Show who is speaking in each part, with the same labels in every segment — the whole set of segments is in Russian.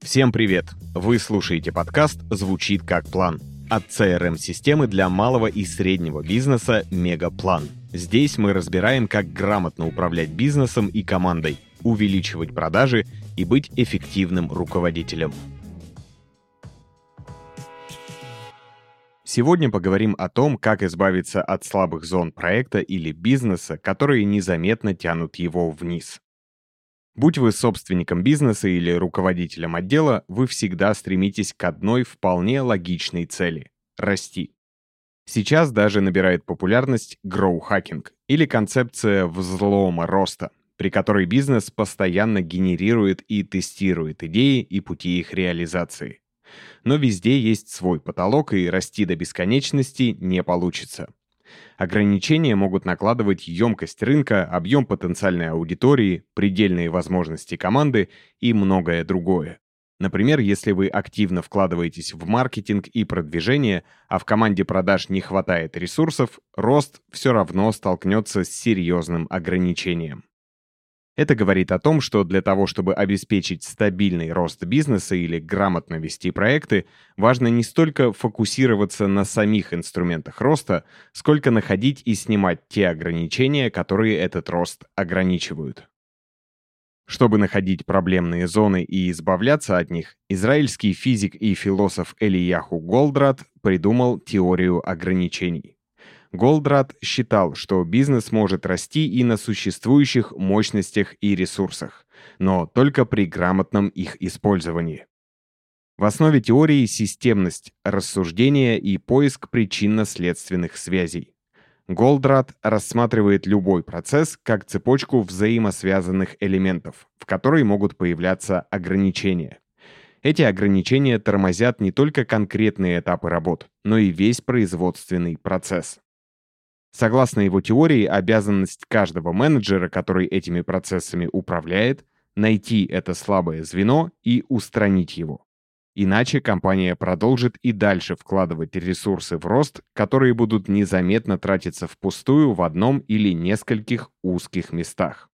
Speaker 1: Всем привет! Вы слушаете подкаст «Звучит как план» от CRM-системы для малого и среднего бизнеса «Мегаплан». Здесь мы разбираем, как грамотно управлять бизнесом и командой, увеличивать продажи и быть эффективным руководителем. Сегодня поговорим о том, как избавиться от слабых зон проекта или бизнеса, которые незаметно тянут его вниз. Будь вы собственником бизнеса или руководителем отдела, вы всегда стремитесь к одной вполне логичной цели – расти. Сейчас даже набирает популярность гроу-хакинг или концепция взлома роста, при которой бизнес постоянно генерирует и тестирует идеи и пути их реализации. Но везде есть свой потолок, и расти до бесконечности не получится. Ограничения могут накладывать емкость рынка, объем потенциальной аудитории, предельные возможности команды и многое другое. Например, если вы активно вкладываетесь в маркетинг и продвижение, а в команде продаж не хватает ресурсов, рост все равно столкнется с серьезным ограничением. Это говорит о том, что для того, чтобы обеспечить стабильный рост бизнеса или грамотно вести проекты, важно не столько фокусироваться на самих инструментах роста, сколько находить и снимать те ограничения, которые этот рост ограничивают. Чтобы находить проблемные зоны и избавляться от них, израильский физик и философ Элияху Голдрат придумал теорию ограничений. Голдрат считал, что бизнес может расти и на существующих мощностях и ресурсах, но только при грамотном их использовании. В основе теории системность рассуждения и поиск причинно-следственных связей. Голдрат рассматривает любой процесс как цепочку взаимосвязанных элементов, в которой могут появляться ограничения. Эти ограничения тормозят не только конкретные этапы работ, но и весь производственный процесс. Согласно его теории, обязанность каждого менеджера, который этими процессами управляет, найти это слабое звено и устранить его. Иначе компания продолжит и дальше вкладывать ресурсы в рост, которые будут незаметно тратиться впустую в одном или нескольких узких местах.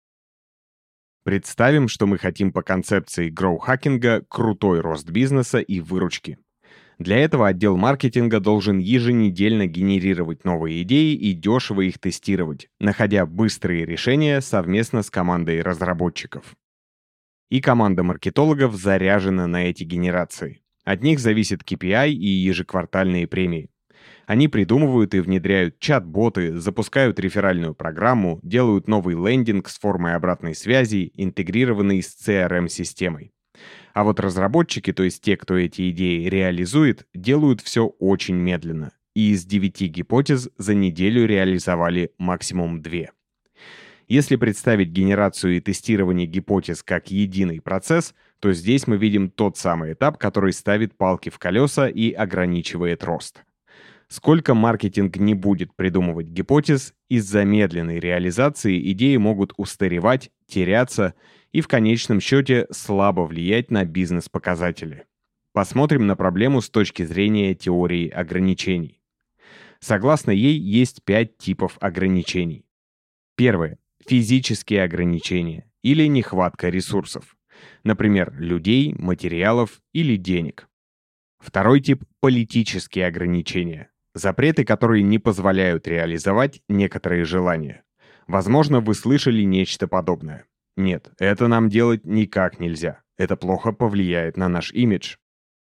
Speaker 1: Представим, что мы хотим по концепции гроу-хакинга крутой рост бизнеса и выручки. Для этого отдел маркетинга должен еженедельно генерировать новые идеи и дешево их тестировать, находя быстрые решения совместно с командой разработчиков. И команда маркетологов заряжена на эти генерации. От них зависит KPI и ежеквартальные премии. Они придумывают и внедряют чат-боты, запускают реферальную программу, делают новый лендинг с формой обратной связи, интегрированный с CRM-системой. А вот разработчики, то есть те, кто эти идеи реализует, делают все очень медленно. И из 9 гипотез за неделю реализовали максимум 2. Если представить генерацию и тестирование гипотез как единый процесс, то здесь мы видим тот самый этап, который ставит палки в колеса и ограничивает рост. Сколько маркетинг не будет придумывать гипотез, из-за медленной реализации идеи могут устаревать, теряться и в конечном счете слабо влиять на бизнес-показатели. Посмотрим на проблему с точки зрения теории ограничений. Согласно ей, есть 5 типов ограничений. Первое – физические ограничения или нехватка ресурсов, например, людей, материалов или денег. Второй тип – политические ограничения, запреты, которые не позволяют реализовать некоторые желания. Возможно, вы слышали нечто подобное. Нет, это нам делать никак нельзя. Это плохо повлияет на наш имидж.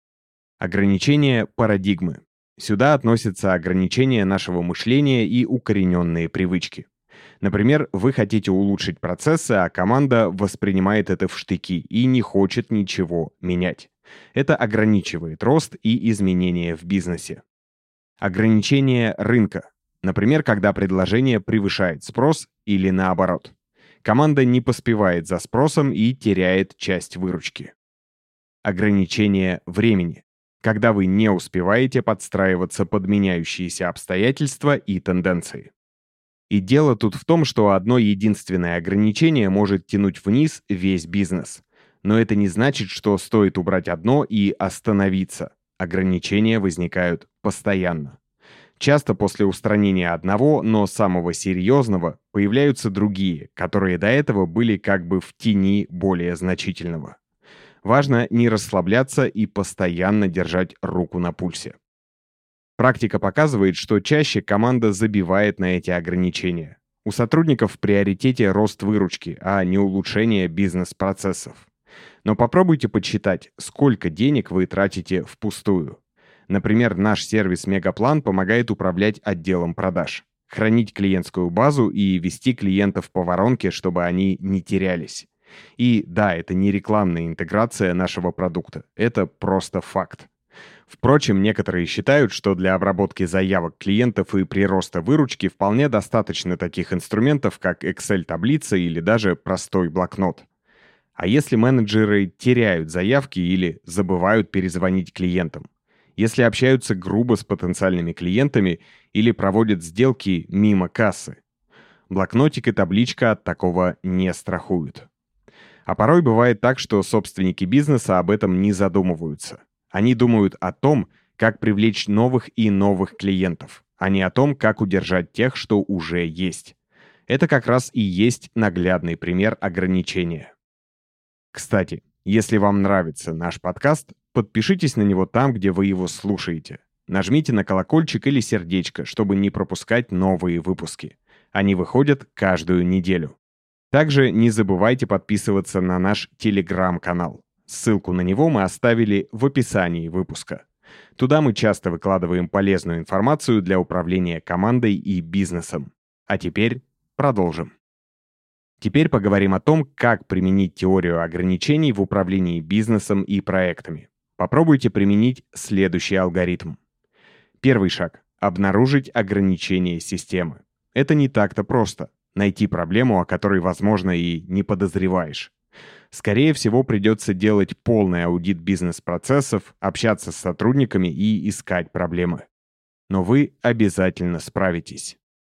Speaker 1: Ограничения парадигмы. Сюда относятся ограничения нашего мышления и укорененные привычки. Например, вы хотите улучшить процессы, а команда воспринимает это в штыки и не хочет ничего менять. Это ограничивает рост и изменения в бизнесе. Ограничения рынка. Например, когда предложение превышает спрос или наоборот. Команда не поспевает за спросом и теряет часть выручки. Ограничение времени. Когда вы не успеваете подстраиваться под меняющиеся обстоятельства и тенденции. И дело тут в том, что одно единственное ограничение может тянуть вниз весь бизнес. Но это не значит, что стоит убрать одно и остановиться. Ограничения возникают постоянно. Часто после устранения одного, но самого серьезного, появляются другие, которые до этого были как бы в тени более значительного. Важно не расслабляться и постоянно держать руку на пульсе. Практика показывает, что чаще команда забивает на эти ограничения. У сотрудников в приоритете рост выручки, а не улучшение бизнес-процессов. Но попробуйте подсчитать, сколько денег вы тратите впустую. Например, наш сервис Мегаплан помогает управлять отделом продаж, хранить клиентскую базу и вести клиентов по воронке, чтобы они не терялись. И да, это не рекламная интеграция нашего продукта, это просто факт. Впрочем, некоторые считают, что для обработки заявок клиентов и прироста выручки вполне достаточно таких инструментов, как Excel-таблица или даже простой блокнот. А если менеджеры теряют заявки или забывают перезвонить клиентам? Если общаются грубо с потенциальными клиентами или проводят сделки мимо кассы? Блокнотик и табличка от такого не страхуют. А порой бывает так, что собственники бизнеса об этом не задумываются. Они думают о том, как привлечь новых и новых клиентов, а не о том, как удержать тех, что уже есть. Это как раз и есть наглядный пример ограничения. Кстати, если вам нравится наш подкаст, подпишитесь на него там, где вы его слушаете. Нажмите на колокольчик или сердечко, чтобы не пропускать новые выпуски. Они выходят каждую неделю. Также не забывайте подписываться на наш Telegram-канал. Ссылку на него мы оставили в описании выпуска. Туда мы часто выкладываем полезную информацию для управления командой и бизнесом. А теперь продолжим. Теперь поговорим о том, как применить теорию ограничений в управлении бизнесом и проектами. Попробуйте применить следующий алгоритм. Первый шаг – обнаружить ограничения системы. Это не так-то просто – найти проблему, о которой, возможно, и не подозреваешь. Скорее всего, придется делать полный аудит бизнес-процессов, общаться с сотрудниками и искать проблемы. Но вы обязательно справитесь.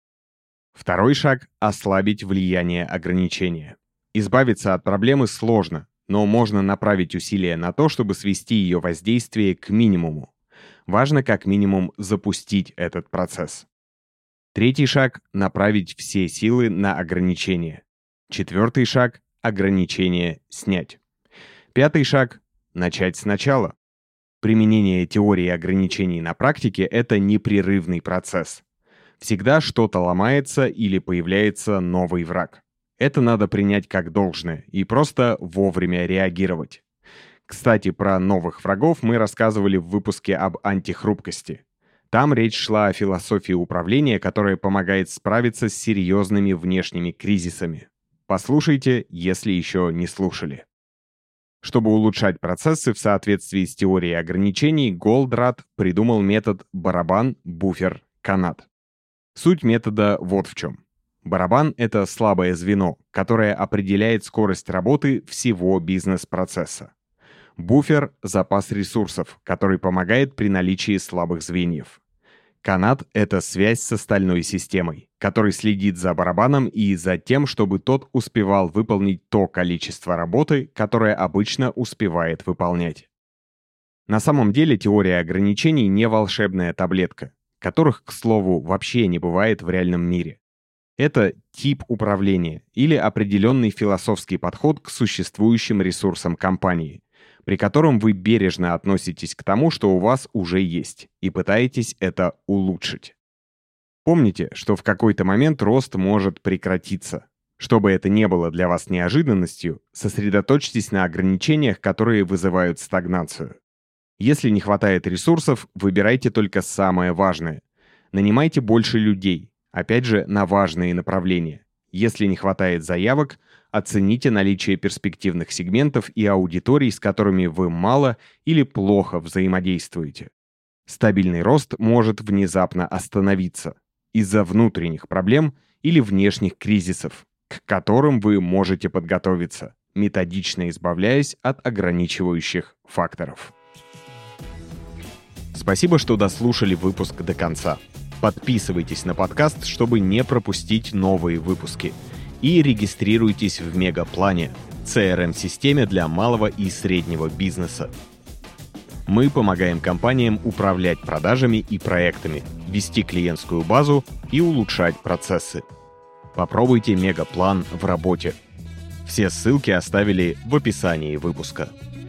Speaker 1: Второй шаг – ослабить влияние ограничения. Избавиться от проблемы сложно, но можно направить усилия на то, чтобы свести ее воздействие к минимуму. Важно как минимум запустить этот процесс. Третий шаг – направить все силы на ограничение. Четвертый шаг – ограничение снять. Пятый шаг – начать сначала. Применение теории ограничений на практике – это непрерывный процесс. Всегда что-то ломается или появляется новый враг. Это надо принять как должное и просто вовремя реагировать. Кстати, про новых врагов мы рассказывали в выпуске об антихрупкости. Там речь шла о философии управления, которая помогает справиться с серьезными внешними кризисами. Послушайте, если еще не слушали. Чтобы улучшать процессы в соответствии с теорией ограничений, Голдрат придумал метод барабан, буфер, канат. Суть метода вот в чем. Барабан — это слабое звено, которое определяет скорость работы всего бизнес-процесса. Буфер — запас ресурсов, который помогает при наличии слабых звеньев. Канат — это связь с остальной системой, который следит за барабаном и за тем, чтобы тот успевал выполнить то количество работы, которое обычно успевает выполнять. На самом деле теория ограничений не волшебная таблетка, которых, к слову, вообще не бывает в реальном мире. Это тип управления или определенный философский подход к существующим ресурсам компании, при котором вы бережно относитесь к тому, что у вас уже есть, и пытаетесь это улучшить. Помните, что в какой-то момент рост может прекратиться. Чтобы это не было для вас неожиданностью, сосредоточьтесь на ограничениях, которые вызывают стагнацию. Если не хватает ресурсов, выбирайте только самое важное. Нанимайте больше людей, опять же, на важные направления. Если не хватает заявок, оцените наличие перспективных сегментов и аудиторий, с которыми вы мало или плохо взаимодействуете. Стабильный рост может внезапно остановиться из-за внутренних проблем или внешних кризисов, к которым вы можете подготовиться, методично избавляясь от ограничивающих факторов. Спасибо, что дослушали выпуск до конца. Подписывайтесь на подкаст, чтобы не пропустить новые выпуски. И регистрируйтесь в Мегаплане, CRM-системе для малого и среднего бизнеса. Мы помогаем компаниям управлять продажами и проектами, вести клиентскую базу и улучшать процессы. Попробуйте Мегаплан в работе. Все ссылки оставили в описании выпуска.